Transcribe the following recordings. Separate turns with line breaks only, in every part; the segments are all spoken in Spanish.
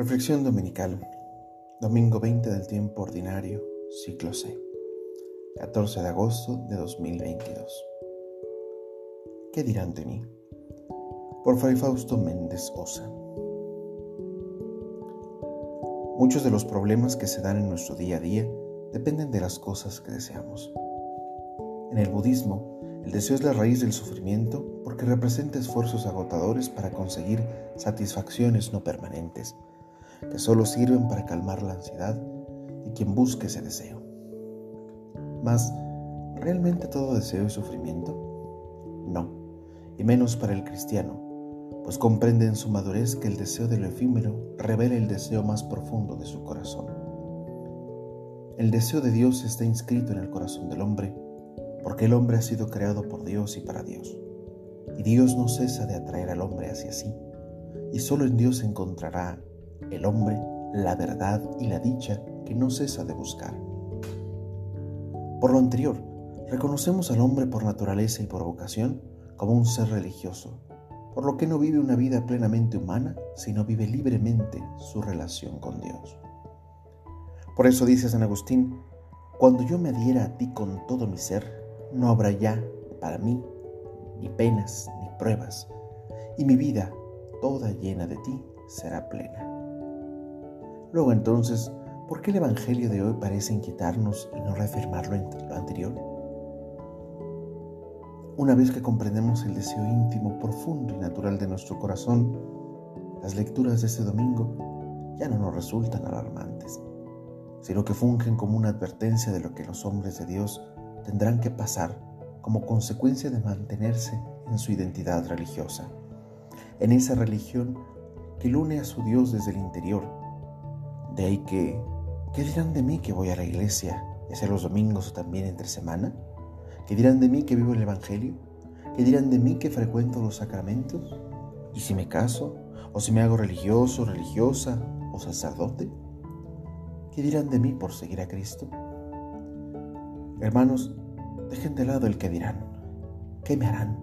Reflexión dominical, domingo 20 del tiempo ordinario, ciclo C, 14 de agosto de 2022. ¿Qué dirán de mí? Por Fray Fausto Méndez Osa. Muchos de los problemas que se dan en nuestro día a día dependen de las cosas que deseamos. En el budismo, el deseo es la raíz del sufrimiento porque representa esfuerzos agotadores para conseguir satisfacciones no permanentes, que solo sirven para calmar la ansiedad de quien busque ese deseo. Mas, ¿realmente todo deseo es sufrimiento? No, y menos para el cristiano, pues comprende en su madurez que el deseo de lo efímero revela el deseo más profundo de su corazón. El deseo de Dios está inscrito en el corazón del hombre, porque el hombre ha sido creado por Dios y para Dios, y Dios no cesa de atraer al hombre hacia sí, y solo en Dios encontrará el hombre la verdad y la dicha que no cesa de buscar. Por lo anterior, reconocemos al hombre por naturaleza y por vocación como un ser religioso, por lo que no vive una vida plenamente humana, sino vive libremente su relación con Dios. Por eso dice San Agustín: cuando yo me adhiera a ti con todo mi ser, no habrá ya para mí ni penas ni pruebas, y mi vida, toda llena de ti, será plena. Luego entonces, ¿por qué el Evangelio de hoy parece inquietarnos y no reafirmarlo en lo anterior? Una vez que comprendemos el deseo íntimo, profundo y natural de nuestro corazón, las lecturas de este domingo ya no nos resultan alarmantes, sino que fungen como una advertencia de lo que los hombres de Dios tendrán que pasar como consecuencia de mantenerse en su identidad religiosa, en esa religión que lo une a su Dios desde el interior. De ahí que, ¿qué dirán de mí que voy a la iglesia, ya sea los domingos o también entre semana? ¿Qué dirán de mí que vivo el Evangelio? ¿Qué dirán de mí que frecuento los sacramentos? ¿Y si me caso? ¿O si me hago religioso, religiosa o sacerdote? ¿Qué dirán de mí por seguir a Cristo? Hermanos, dejen de lado el qué dirán. ¿Qué me harán?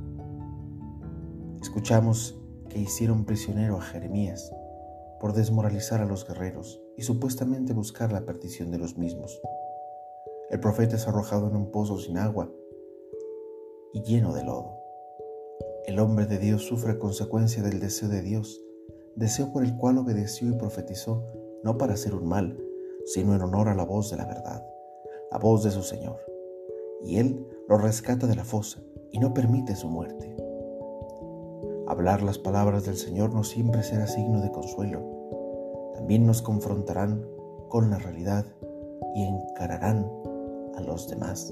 Escuchamos que hicieron prisionero a Jeremías por desmoralizar a los guerreros y supuestamente buscar la perdición de los mismos. El profeta es arrojado en un pozo sin agua y lleno de lodo. El hombre de Dios sufre a consecuencia del deseo de Dios, deseo por el cual obedeció y profetizó, no para hacer un mal, sino en honor a la voz de la verdad, la voz de su Señor. Y Él lo rescata de la fosa y no permite su muerte. Hablar las palabras del Señor no siempre será signo de consuelo. También nos confrontarán con la realidad y encararán a los demás.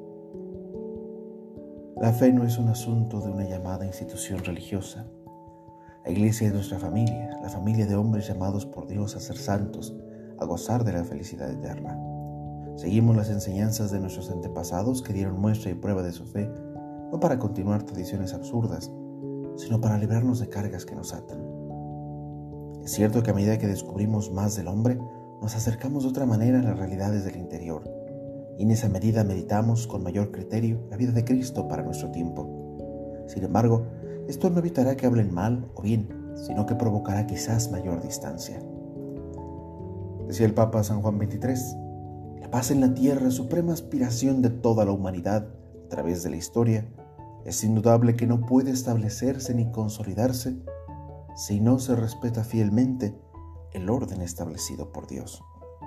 La fe no es un asunto de una llamada institución religiosa. La iglesia es nuestra familia, la familia de hombres llamados por Dios a ser santos, a gozar de la felicidad eterna. Seguimos las enseñanzas de nuestros antepasados que dieron muestra y prueba de su fe, no para continuar tradiciones absurdas, sino para librarnos de cargas que nos atan. Es cierto que a medida que descubrimos más del hombre, nos acercamos de otra manera a las realidades del interior, y en esa medida meditamos con mayor criterio la vida de Cristo para nuestro tiempo. Sin embargo, esto no evitará que hablen mal o bien, sino que provocará quizás mayor distancia. Decía el Papa San Juan XXIII, la paz en la tierra, suprema aspiración de toda la humanidad a través de la historia, es indudable que no puede establecerse ni consolidarse si no se respeta fielmente el orden establecido por Dios.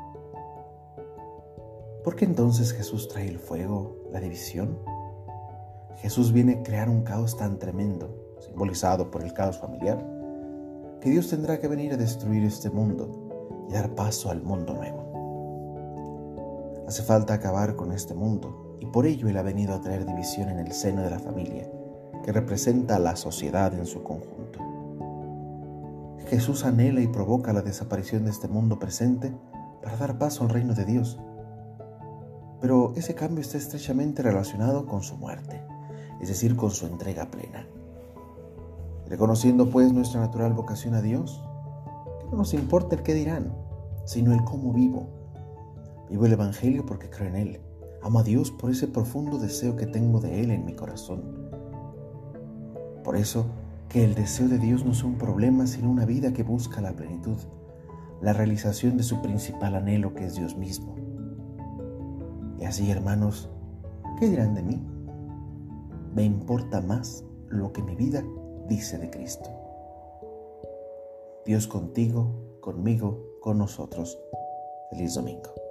¿Por qué entonces Jesús trae el fuego, la división? Jesús viene a crear un caos tan tremendo, simbolizado por el caos familiar, que Dios tendrá que venir a destruir este mundo y dar paso al mundo nuevo. Hace falta acabar con este mundo, y por ello Él ha venido a traer división en el seno de la familia, que representa a la sociedad en su conjunto. Jesús anhela y provoca la desaparición de este mundo presente para dar paso al reino de Dios. Pero ese cambio está estrechamente relacionado con su muerte, es decir, con su entrega plena. Reconociendo pues nuestra natural vocación a Dios, que no nos importa el qué dirán, sino el cómo vivo. Vivo el Evangelio porque creo en Él. Amo a Dios por ese profundo deseo que tengo de Él en mi corazón. Por eso, que el deseo de Dios no es un problema, sino una vida que busca la plenitud, la realización de su principal anhelo, que es Dios mismo. Y así, hermanos, ¿qué dirán de mí? Me importa más lo que mi vida dice de Cristo. Dios contigo, conmigo, con nosotros. Feliz domingo.